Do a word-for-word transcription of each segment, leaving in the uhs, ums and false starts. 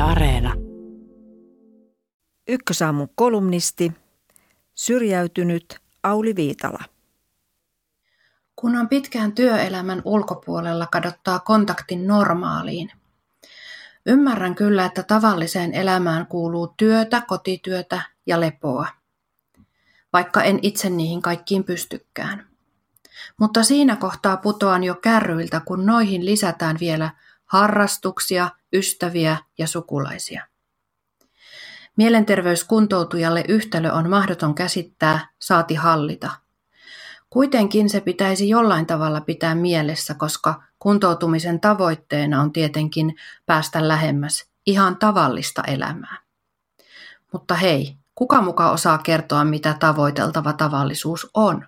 Areena. Ykkösaamun kolumnisti, syrjäytynyt Auli Viitala. Kun on pitkään työelämän ulkopuolella, kadottaa kontaktin normaaliin. Ymmärrän kyllä, että tavalliseen elämään kuuluu työtä, kotityötä ja lepoa, vaikka en itse niihin kaikkiin pystykään. Mutta siinä kohtaa putoan jo kärryiltä, kun noihin lisätään vielä harrastuksia, ystäviä ja sukulaisia. Mielenterveyskuntoutujalle yhtälö on mahdoton käsittää, saati hallita. Kuitenkin se pitäisi jollain tavalla pitää mielessä, koska kuntoutumisen tavoitteena on tietenkin päästä lähemmäs ihan tavallista elämää. Mutta hei, kuka muka osaa kertoa, mitä tavoiteltava tavallisuus on?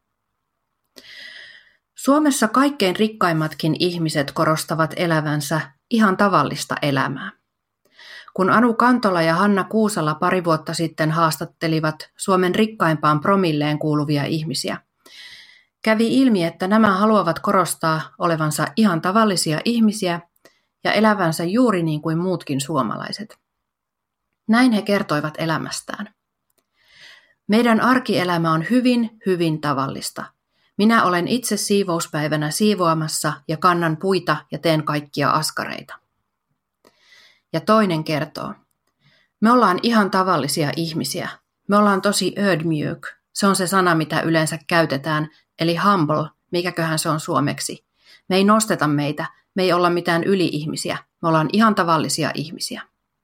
Suomessa kaikkein rikkaimmatkin ihmiset korostavat elävänsä ihan tavallista elämää. Kun Anu Kantola ja Hanna Kuusala pari vuotta sitten haastattelivat Suomen rikkaimpaan promilleen kuuluvia ihmisiä, kävi ilmi, että nämä haluavat korostaa olevansa ihan tavallisia ihmisiä ja elävänsä juuri niin kuin muutkin suomalaiset. Näin he kertoivat elämästään. Meidän arkielämä on hyvin, hyvin tavallista. Minä olen itse siivouspäivänä siivoamassa ja kannan puita ja teen kaikkia askareita. Ja toinen kertoo, me ollaan ihan tavallisia ihmisiä. Me ollaan tosi ödmjuk. Se on se sana, mitä yleensä käytetään, eli humble, mikäköhän se on suomeksi. Me ei nosteta meitä, me ei olla mitään yli-ihmisiä. Me ollaan ihan tavallisia ihmisiä.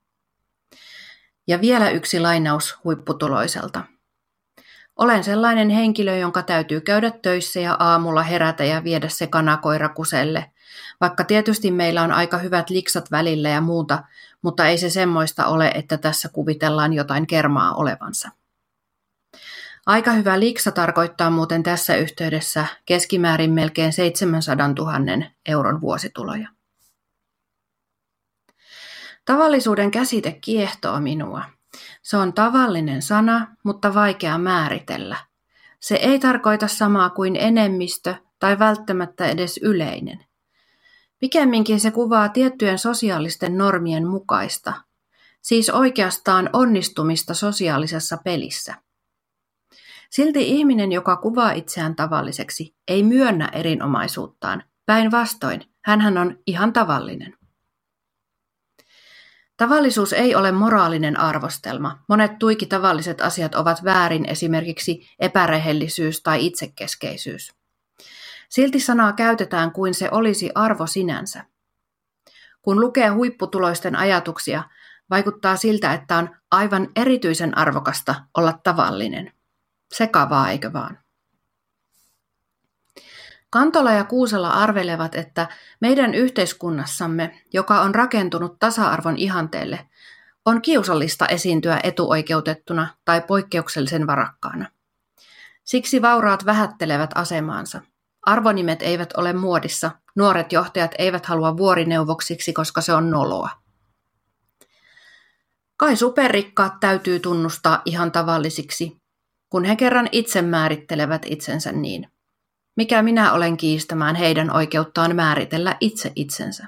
Ja vielä yksi lainaus huipputuloiselta. Olen sellainen henkilö, jonka täytyy käydä töissä ja aamulla herätä ja viedä se kanakoira kuselle. Vaikka tietysti meillä on aika hyvät liksat välillä ja muuta, mutta ei se semmoista ole, että tässä kuvitellaan jotain kermaa olevansa. Aika hyvä liksa tarkoittaa muuten tässä yhteydessä keskimäärin melkein seitsemänsadantuhatta euron vuosituloja. Tavallisuuden käsite kiehtoo minua. Se on tavallinen sana, mutta vaikea määritellä. Se ei tarkoita samaa kuin enemmistö tai välttämättä edes yleinen. Pikemminkin se kuvaa tiettyjen sosiaalisten normien mukaista, siis oikeastaan onnistumista sosiaalisessa pelissä. Silti ihminen, joka kuvaa itseään tavalliseksi, ei myönnä erinomaisuuttaan. Päinvastoin, hänhän on ihan tavallinen. Tavallisuus ei ole moraalinen arvostelma. Monet tuiki tavalliset asiat ovat väärin, esimerkiksi epärehellisyys tai itsekeskeisyys. Silti sanaa käytetään kuin se olisi arvo sinänsä. Kun lukee huipputuloisten ajatuksia, vaikuttaa siltä, että on aivan erityisen arvokasta olla tavallinen. Sekavaa, eikö vaan? Kantola ja Kuusela arvelevat, että meidän yhteiskunnassamme, joka on rakentunut tasa-arvon ihanteelle, on kiusallista esiintyä etuoikeutettuna tai poikkeuksellisen varakkaana. Siksi vauraat vähättelevät asemaansa. Arvonimet eivät ole muodissa, nuoret johtajat eivät halua vuorineuvoksiksi, koska se on noloa. Kai superrikkaat täytyy tunnustaa ihan tavallisiksi, kun he kerran itse määrittelevät itsensä niin. Mikä minä olen kiistämään heidän oikeuttaan määritellä itse itsensä?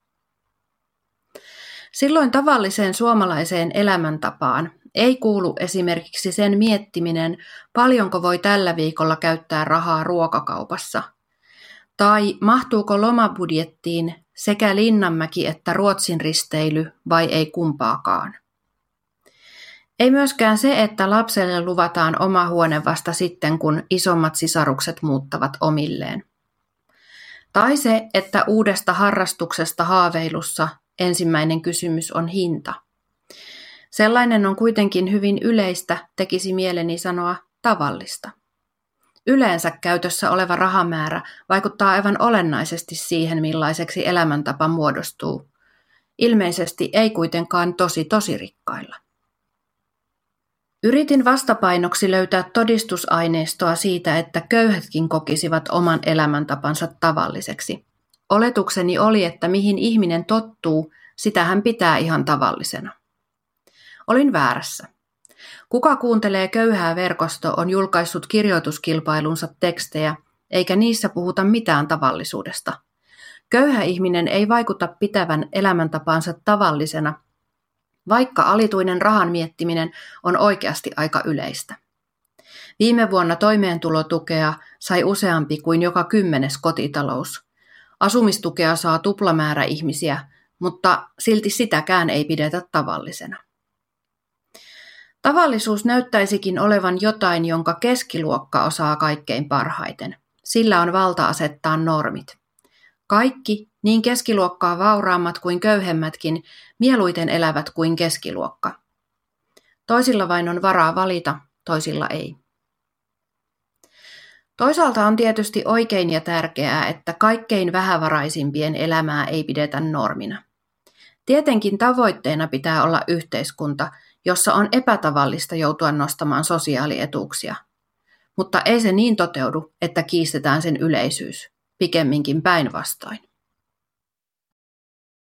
Silloin tavalliseen suomalaiseen elämäntapaan ei kuulu esimerkiksi sen miettiminen, paljonko voi tällä viikolla käyttää rahaa ruokakaupassa, tai mahtuuko lomabudjettiin sekä Linnanmäki että Ruotsin risteily vai ei kumpaakaan. Ei myöskään se, että lapselle luvataan oma huone vasta sitten, kun isommat sisarukset muuttavat omilleen. Tai se, että uudesta harrastuksesta haaveilussa ensimmäinen kysymys on hinta. Sellainen on kuitenkin hyvin yleistä, tekisi mieleni sanoa tavallista. Yleensä käytössä oleva rahamäärä vaikuttaa aivan olennaisesti siihen, millaiseksi elämäntapa muodostuu. Ilmeisesti ei kuitenkaan tosi tosi rikkailla. Yritin vastapainoksi löytää todistusaineistoa siitä, että köyhätkin kokisivat oman elämäntapansa tavalliseksi. Oletukseni oli, että mihin ihminen tottuu, sitä hän pitää ihan tavallisena. Olin väärässä. Kuka kuuntelee köyhää verkosto on julkaissut kirjoituskilpailunsa tekstejä, eikä niissä puhuta mitään tavallisuudesta. Köyhä ihminen ei vaikuta pitävän elämäntapansa tavallisena, vaikka alituinen rahan miettiminen on oikeasti aika yleistä. Viime vuonna toimeentulotukea sai useampi kuin joka kymmenes kotitalous. Asumistukea saa tuplamäärä ihmisiä, mutta silti sitäkään ei pidetä tavallisena. Tavallisuus näyttäisikin olevan jotain, jonka keskiluokka osaa kaikkein parhaiten. Sillä on valta asettaa normit. Kaikki, niin keskiluokkaa vauraammat kuin köyhemmätkin, mieluiten elävät kuin keskiluokka. Toisilla vain on varaa valita, toisilla ei. Toisaalta on tietysti oikein ja tärkeää, että kaikkein vähävaraisimpien elämää ei pidetä normina. Tietenkin tavoitteena pitää olla yhteiskunta, jossa on epätavallista joutua nostamaan sosiaalietuuksia. Mutta ei se niin toteudu, että kiistetään sen yleisyys, pikemminkin päinvastoin.